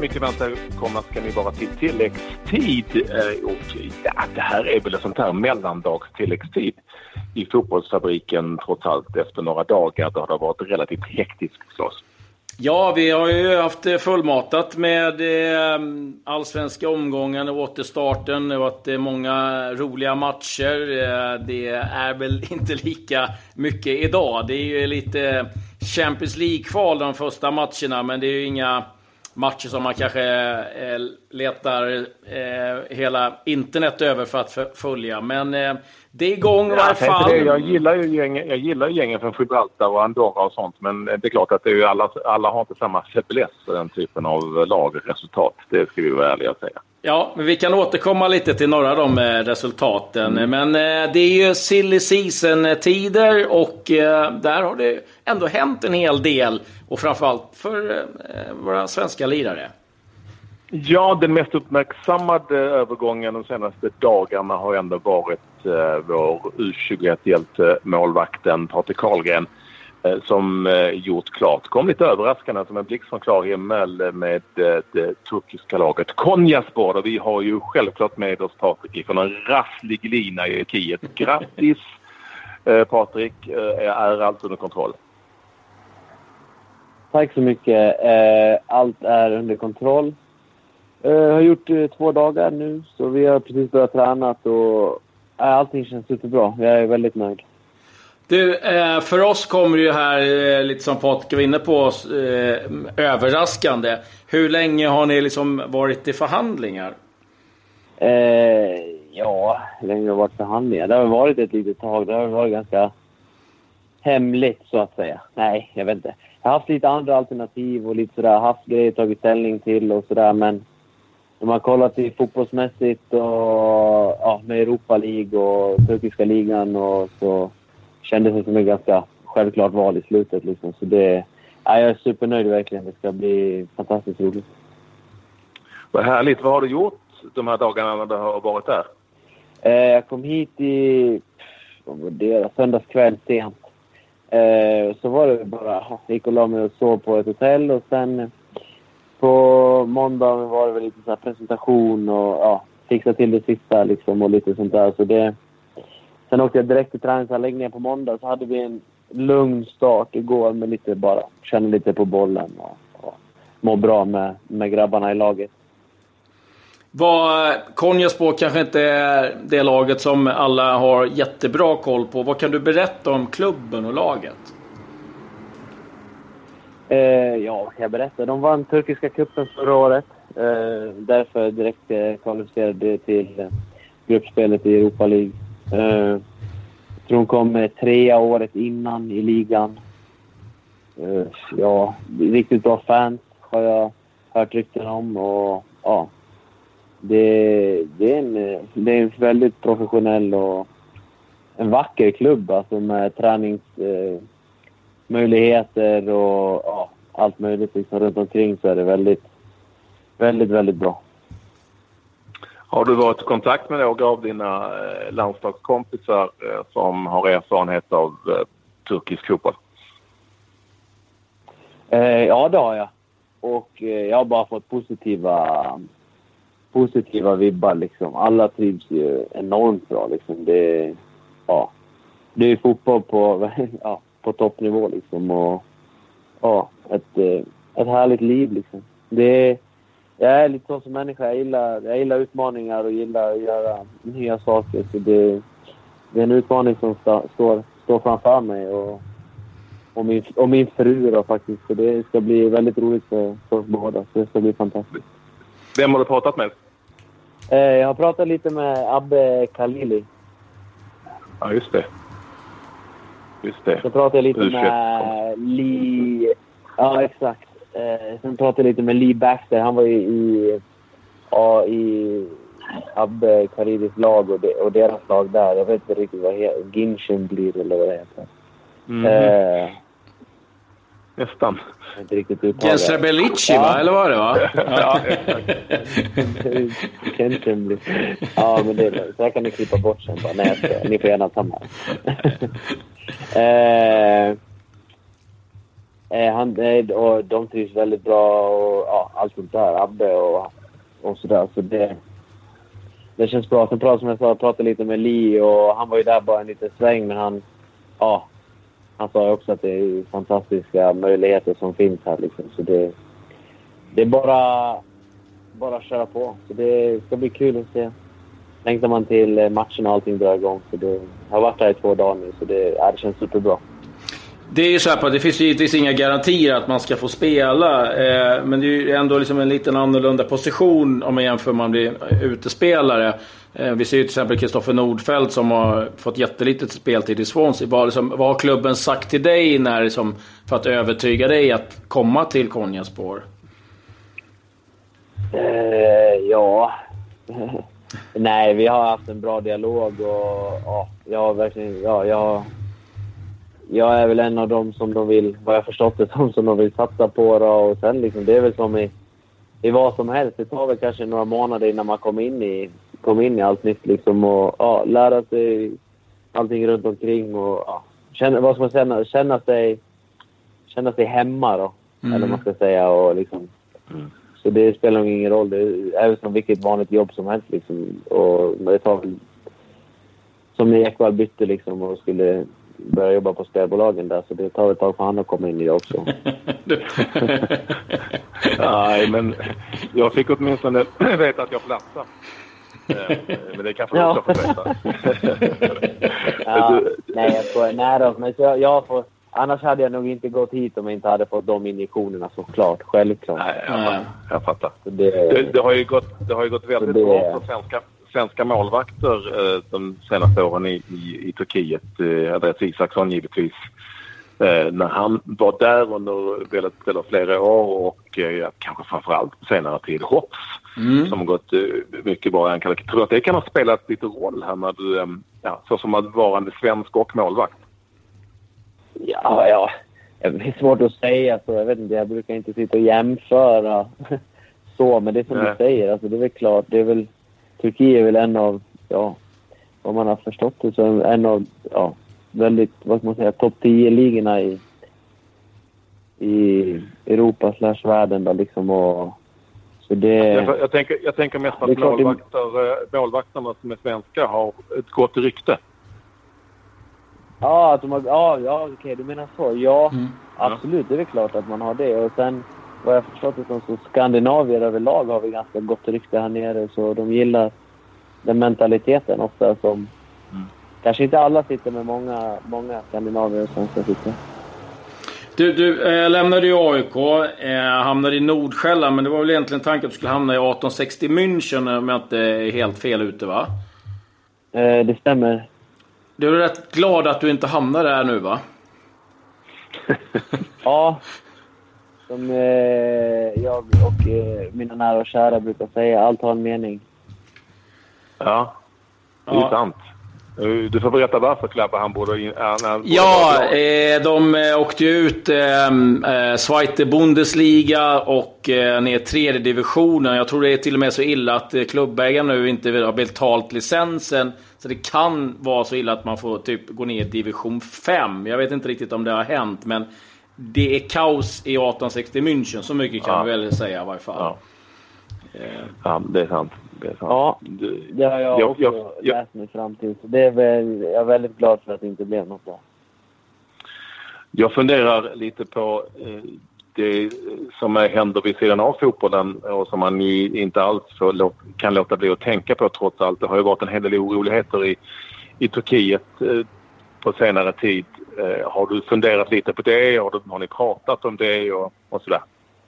mycket välkomna ska ni vara till tilläggstid. Och det här är väl en sån här mellandagstilläggstid i fotbollsfabriken trots allt efter några dagar då det har varit relativt hektiskt förstås. Ja, vi har ju haft fullmatat med allsvenska omgången och återstarten. Det har varit många roliga matcher. Det är väl inte lika mycket idag. Det är ju lite Champions League-kval de första matcherna, men det är ju inga matcher som man kanske letar hela internet över för att följa. Men det är igång i varje fall. Jag gillar ju gängen från Gibraltar och Andorra och sånt. Men det är klart att det är ju alla har inte samma fäbless för den typen av lagresultat. Det ska vi vara ärliga att säga. Ja, men vi kan återkomma lite till några av de resultaten. Men det är ju silly season-tider och där har det ändå hänt en hel del. Och framförallt för våra svenska lirare. Ja, den mest uppmärksammade övergången de senaste dagarna har ändå varit vår U21-hjälte målvakten Patrik Karlgren som gjort klart. Kom lite överraskande som en blixt från klar himmel med det turkiska laget Konyaspor. Och vi har ju självklart med oss Patrik från en rasslig lina i Turkiet. Grattis Patrik, är allt under kontroll? Tack så mycket. Allt är under kontroll. Jag har gjort 2 dagar nu, så vi har precis börjat träna och allting känns superbra. Jag är väldigt nöjd. Du, för oss kommer det ju här, lite som Patrik var inne på, överraskande. Hur länge har ni liksom varit i förhandlingar? Ja, hur länge har det varit förhandlingar? Det har varit ett litet tag. Det har varit ganska hemligt så att säga. Nej, jag vet inte. Jag har haft lite andra alternativ och lite sådär, haft grejer tagit ställning till och sådär, men när man kollar till fotbollsmässigt och med Europa League och turkiska ligan och så kändes det som ett ganska självklart val i slutet liksom. Så jag är supernöjd verkligen. Det ska bli fantastiskt roligt. Vad härligt. Vad har du gjort de här dagarna när du har varit där? Jag kom hit i söndagskväll sent. Så var det bara, jag gick och la mig och sov på ett hotell och sen på måndag var det väl lite så här presentation och fixa till det sista liksom och lite sånt där. Så sen åkte jag direkt till träningsanläggningen på måndag, så hade vi en lugn start igår med lite bara känna lite på bollen och må bra med grabbarna i laget. Konyaspor kanske inte är det laget som alla har jättebra koll på. Vad kan du berätta om klubben och laget? Vad kan jag berätta? De vann turkiska cupen förra året. Därför direkt kvalificerade till gruppspelet i Europa League. Jag tror de kom 3 året innan i ligan. Riktigt bra fans har jag hört rykten om och det är en väldigt professionell och en vacker klubb alltså med träningsmöjligheter och allt möjligt liksom runt omkring, så är det väldigt, väldigt, väldigt bra. Har du varit i kontakt med några av dina landslagskompisar som har erfarenhet av turkisk fotboll? Ja, det har jag. Och jag har bara fått positiva vibbar liksom. Alla trivs ju enormt bra liksom. Det är fotboll på toppnivå liksom, och ett härligt liv liksom. Jag är lite så som människa. Jag gillar utmaningar och gillar att göra nya saker, så det är en utmaning som står framför mig och min fru då faktiskt, så det ska bli väldigt roligt för oss båda, så det ska bli fantastiskt. Vem har du pratat med? Jag har pratat lite med Abbe Khalili. Ja, just det. Så pratade jag lite med Lee. Ja, exakt. Sen pratade jag lite med Lee Baxter. Han var ju i Abbe Khalilis lag och deras lag där. Jag vet inte riktigt vad det heter. Ginchen blir eller vad det heter. Nästan. Inte riktigt uttalat. Gensrebelici, va? Eller vad det va? Ja. Ja, men det är så jag kan ni klippa bort sen bara. Nej, ni får gärna ta med. Och de trivs väldigt bra och allt sånt där. Abbe och sådär. Så det känns bra. Sen pratade lite med Lee och han var ju där bara en liten sväng. Men han sa också att det är fantastiska möjligheter som finns här liksom. Så det är bara att köra på. Så det ska bli kul att se. Längtar man till matchen och allting drar igång. Så det har varit här i 2 dagar nu. Så det känns superbra. Det är ju så här på att det finns givetvis inga garantier att man ska få spela. Men det är ju ändå liksom en liten annorlunda position om man jämför om man blir utespelare. Vi ser ju till exempel Kristoffer Nordfeldt som har fått jättelitet speltid i Swansea. Vad har klubben sagt till dig för att övertyga dig att komma till Konyaspor? Ja... Nej, vi har haft en bra dialog och jag har verkligen... Jag är väl en av dem som de vill, vad jag förstått det som de vill satsa på då, och sen liksom, det är väl som i vad som helst. Det tar väl kanske några månader innan man kommer in i allt nytt liksom och lära sig allting runt omkring och känna sig hemma då, eller vad man ska säga och liksom. Så det spelar nog ingen roll. Det är som vilket vanligt jobb som helst liksom, och det tar väl som när Ekvall bytte liksom och skulle börja jobba på spelbolagen där, så det tar ett tag för han att komma in i det också. Nej, men jag fick åtminstone veta att jag platsar. Men det kanske också får veta. Nej, jag skojar. Nej då, men annars hade jag nog inte gått hit om jag inte hade fått de injektionerna, såklart. Självklart. Nej, jag fattar. Det har ju gått väldigt bra för svenska målvakter de senaste åren i Turkiet. Andreas Isaksson givetvis. När han var där under flera år och kanske framförallt på senare tid Hopps som har gått mycket bra. Jag tror att det kan ha spelat lite roll här när du, så som att vara en svensk och målvakt. Ja. Det är svårt att säga så. Jag vet inte, jag brukar inte sitta och jämföra så, men det är som du säger. Alltså, det är väl klart, Turkiet är väl en av, vad man har förstått det, så en av, väldigt, vad ska man säga, topp 10-ligorna i Europa / världen då liksom, och så det... Jag tänker mest att målvakterna som är svenska har ett gott rykte. Ja, att de har, okej, du menar så. Ja, absolut, det är klart att man har det. Och sen, vad jag förstått det som, så Skandinavier överlag har vi ganska gott rykte här nere, så de gillar den mentaliteten ofta som kanske inte alla sitter med, många skandinavier och svenska sitter. Du lämnade ju AIK, hamnade i Nordsjälland, men det var väl egentligen tanken att du skulle hamna i 1860 München om jag inte är helt fel ute, va? Det stämmer. Du är rätt glad att du inte hamnar där nu, va? Ja, som jag och mina nära och kära brukar säga, allt har en mening. Ja, det är sant. Du får berätta varför Klappa han borde... de åkte ut Zweite Bundesliga och ner 3:e divisionen. Jag tror det är till och med så illa att klubbägaren nu inte har betalt licensen. Så det kan vara så illa att man får typ gå ner i division 5. Jag vet inte riktigt om det har hänt, men det är kaos i 1860 München. Så mycket kan vi väl säga i varje fall. Ja, det är sant. Ja, det har jag också läst mig fram till. Så det är väl, jag är väldigt glad för att det inte blev något där. Jag funderar lite på det som händer vid sidan av fotbollen och som man inte alls kan låta bli att tänka på trots allt. Det har ju varit en hel del oroligheter i Turkiet på senare tid. Har du funderat lite på det? Har ni pratat om det och sådär?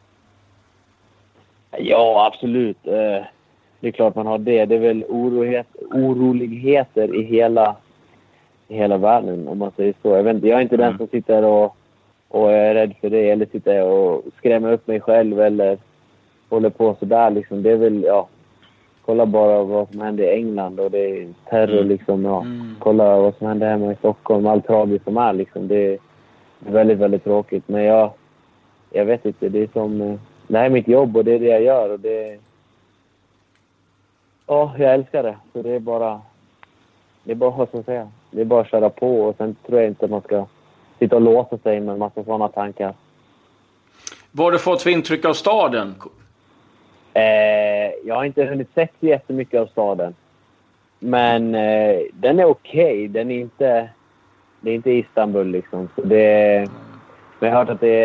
Ja, absolut. Det är klart man har det. Det är väl oroligheter i hela världen, om man säger så. Jag vet inte, jag är inte den som sitter och är rädd för det, eller sitter och skrämmer upp mig själv eller håller på sådär liksom. Det är väl, kolla bara vad som händer i England och det är terror liksom, Kolla vad som händer hemma i Stockholm, allt tragiskt som är liksom. Det är väldigt, väldigt tråkigt. Men jag vet inte, det är som... Det här är mitt jobb och det är det jag gör och det... Ja, jag älskar det. Så det är bara vad ska jag säga. Det är bara att köra på och sen tror jag inte att man ska sitta och låsa sig med en massa sådana tankar. Vad har du fått för intryck av staden? Jag har inte hunnit sett jättemycket av staden. Men den är okej. Det är inte Istanbul liksom. Så men jag har hört att det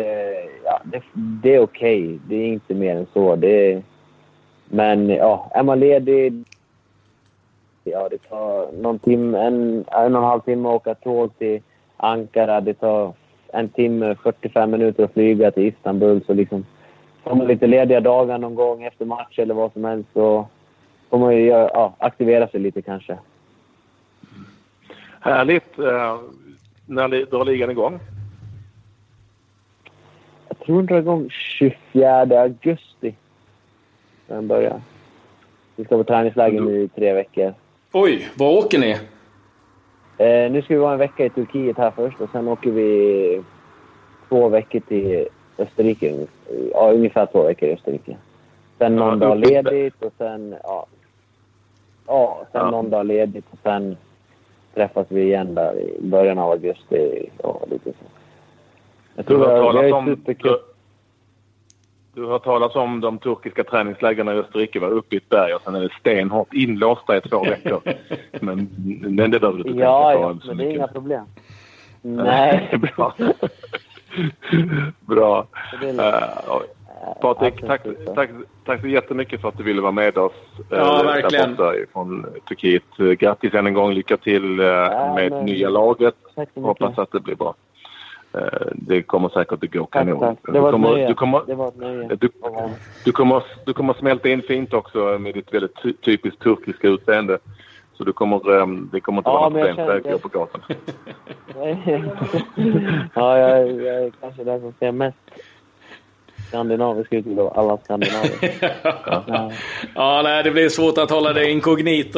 är okej. Det är inte mer än så. Men ja, är man ledig... Ja, det tar en och en halv timme att åka tåg till Ankara. Det tar 1 timme, 45 minuter att flyga till Istanbul. Så liksom, får man lite lediga dagar någon gång efter match eller vad som helst, så får man ju aktivera sig lite kanske. Härligt. När drar ligan igång? Jag tror den drar igång 24 augusti. Den börjar. Vi ska på träningsläger i 3 veckor. Oj, var åker ni? Nu ska vi vara en vecka i Turkiet här först. Och sen åker vi 2 veckor till Österrike. Ja, ungefär 2 veckor i Österrike. Sen någon dag ledigt och sen... sen någon dag ledigt och sen träffas vi igen där i början av augusti. Ja, lite så. Jag tror du har talat om de turkiska träningslägren i Österrike var uppe i ett berg och sen är det stenhårt inlåsta i 2 veckor. Men det behöver du inte tänka på. Ja, men det är inga problem. Nej. Bra. Bra. Patrik, tack så jättemycket för att du ville vara med oss. Ja, verkligen. Från Turkiet. Grattis än en gång. Lycka till med nya laget. Hoppas att det blir bra. Det kommer säkert att gå kanon. Det var ett nöje. Du kommer smälta in fint också med ditt väldigt typiskt turkiska utseende. Så det kommer inte vara något problem för dig på gatan. Ja, jag är kanske den som ser mest skandinavisk ut av alla skandinaver. Ja, nej, det blir svårt att hålla det inkognito.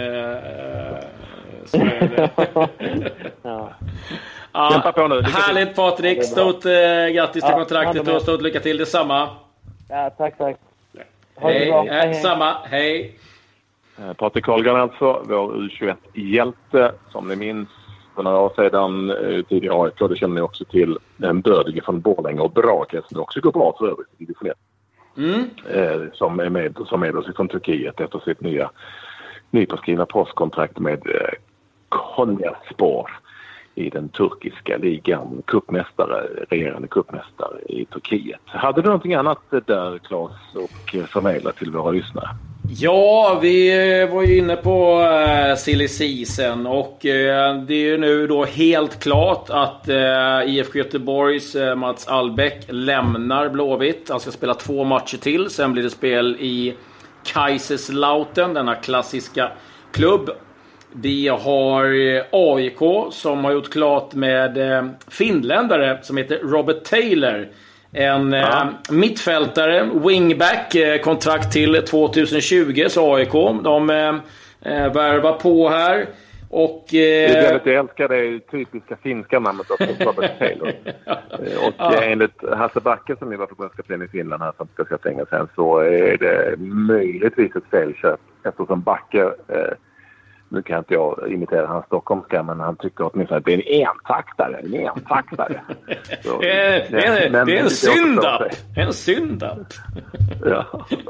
Kämpa på nu. Härligt, Patrik. Stort grattis till kontraktet och stort lycka till detsamma. Ja, tack. Hej, samma. Hej. Patrik Karlgren alltså, vår U21-hjälte som ni minns för några år sedan tidigare AIK. Det känner ni också till en bördige från Borlänge och Brage som också går bra för övrigt i division 1. Som är med oss från Turkiet efter sitt nypåskrivna postkontrakt med Konyaspor i den turkiska ligan, regerande cupmästare i Turkiet. Hade du någonting annat där, Claes, och förmedla till våra lyssnare? Ja, vi var ju inne på silly season och det är ju nu då helt klart att IFK Göteborgs Mats Albeck lämnar Blåvitt. Han ska spela 2 matcher till, sen blir det spel i Kaiserslautern, denna klassiska klubb. Vi har AIK som har gjort klart med finländare som heter Robert Taylor. En mittfältare, wingback, kontrakt till 2020, så AIK. De värvar på här. Och, det är väldigt älskar det typiska finska namnet också, Robert Taylor. Och enligt Hasse Backe som är var förbundskapten i Finland här som ska sätta engelska sen, så är det möjligtvis ett felköp eftersom Backe... Nu kan inte jag imitera hans stockholmska, men han tycker åtminstone att det är en entaktare. Så, det är en syndapp. En syndapp. Ja.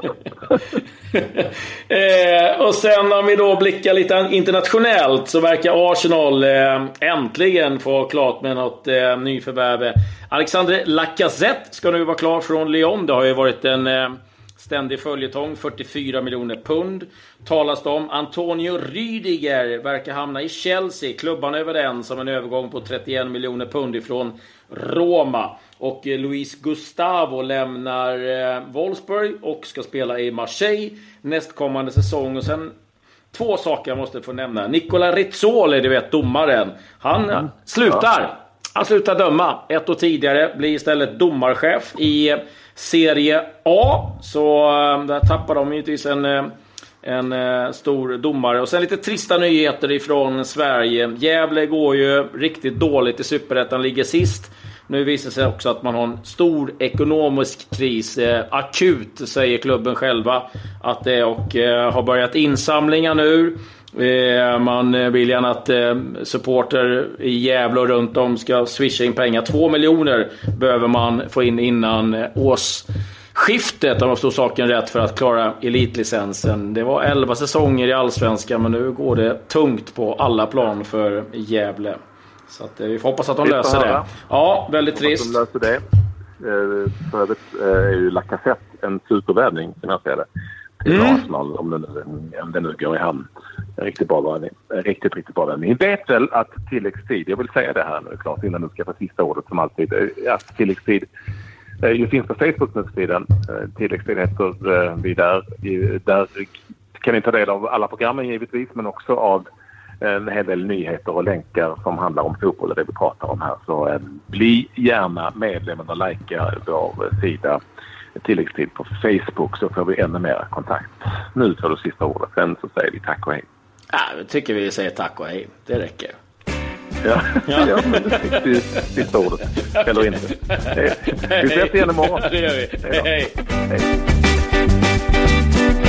Och sen om vi då blickar lite internationellt så verkar Arsenal äntligen få klart med något nyförvärv. Alexandre Lacazette ska nu vara klar från Lyon. Det har ju varit en... ständig följetong, 44 miljoner pund talas det om. Antonio Rüdiger verkar hamna i Chelsea. Klubban överens om en övergång på 31 miljoner pund ifrån Roma. Och Luis Gustavo lämnar Wolfsburg och ska spela i Marseille nästkommande säsong. Och sen 2 saker jag måste få nämna. Nicola Rizzoli, du vet, domaren. Han slutar. Han slutar döma 1 år tidigare, blir istället domarchef i Serie A. Så där tappar de givetvis en stor domare. Och sen lite trista nyheter ifrån Sverige. Gävle går ju riktigt dåligt i Superettan, ligger sist. Nu visar sig också att man har en stor ekonomisk kris. Akut, säger klubben själva att det är, och har börjat insamlingar nu. Man vill gärna att supporter i Gävle och runt om ska swisha in pengar. 2 miljoner behöver man få in innan årsskiftet, om jag förstår saken rätt, för att klara elitlicensen. Det var 11 säsonger i Allsvenskan, men nu går det tungt på alla plan för Gävle. Så att, vi får hoppas att de löser det. Ja, väldigt trist. De löser det. För övrigt är ju Lacazette en supervärvning, som jag ser det. Till Arsenal, om det nu går i hamn. Riktigt bra värvning. Ni vet väl att tilläggstid, jag vill säga det här nu klart innan du ska få sista ordet som alltid, att tilläggstid ju finns på Facebook nu för tiden. Tilläggstid heter vi där. Där kan ni ta del av alla programmen givetvis, men också av en hel del nyheter och länkar som handlar om fotboll och det vi pratar om här. Så bli gärna medlem och likea vår sida tilläggstid på Facebook, så får vi ännu mer kontakt. Nu tar du sista ordet, sen så säger vi tack och hej. Ja, jag tycker vi säger tack och hej. Det räcker. Ja, men det fick du sista ordet. Eller inte. Vi ses igen imorgon. Det gör vi. Hej. Hej.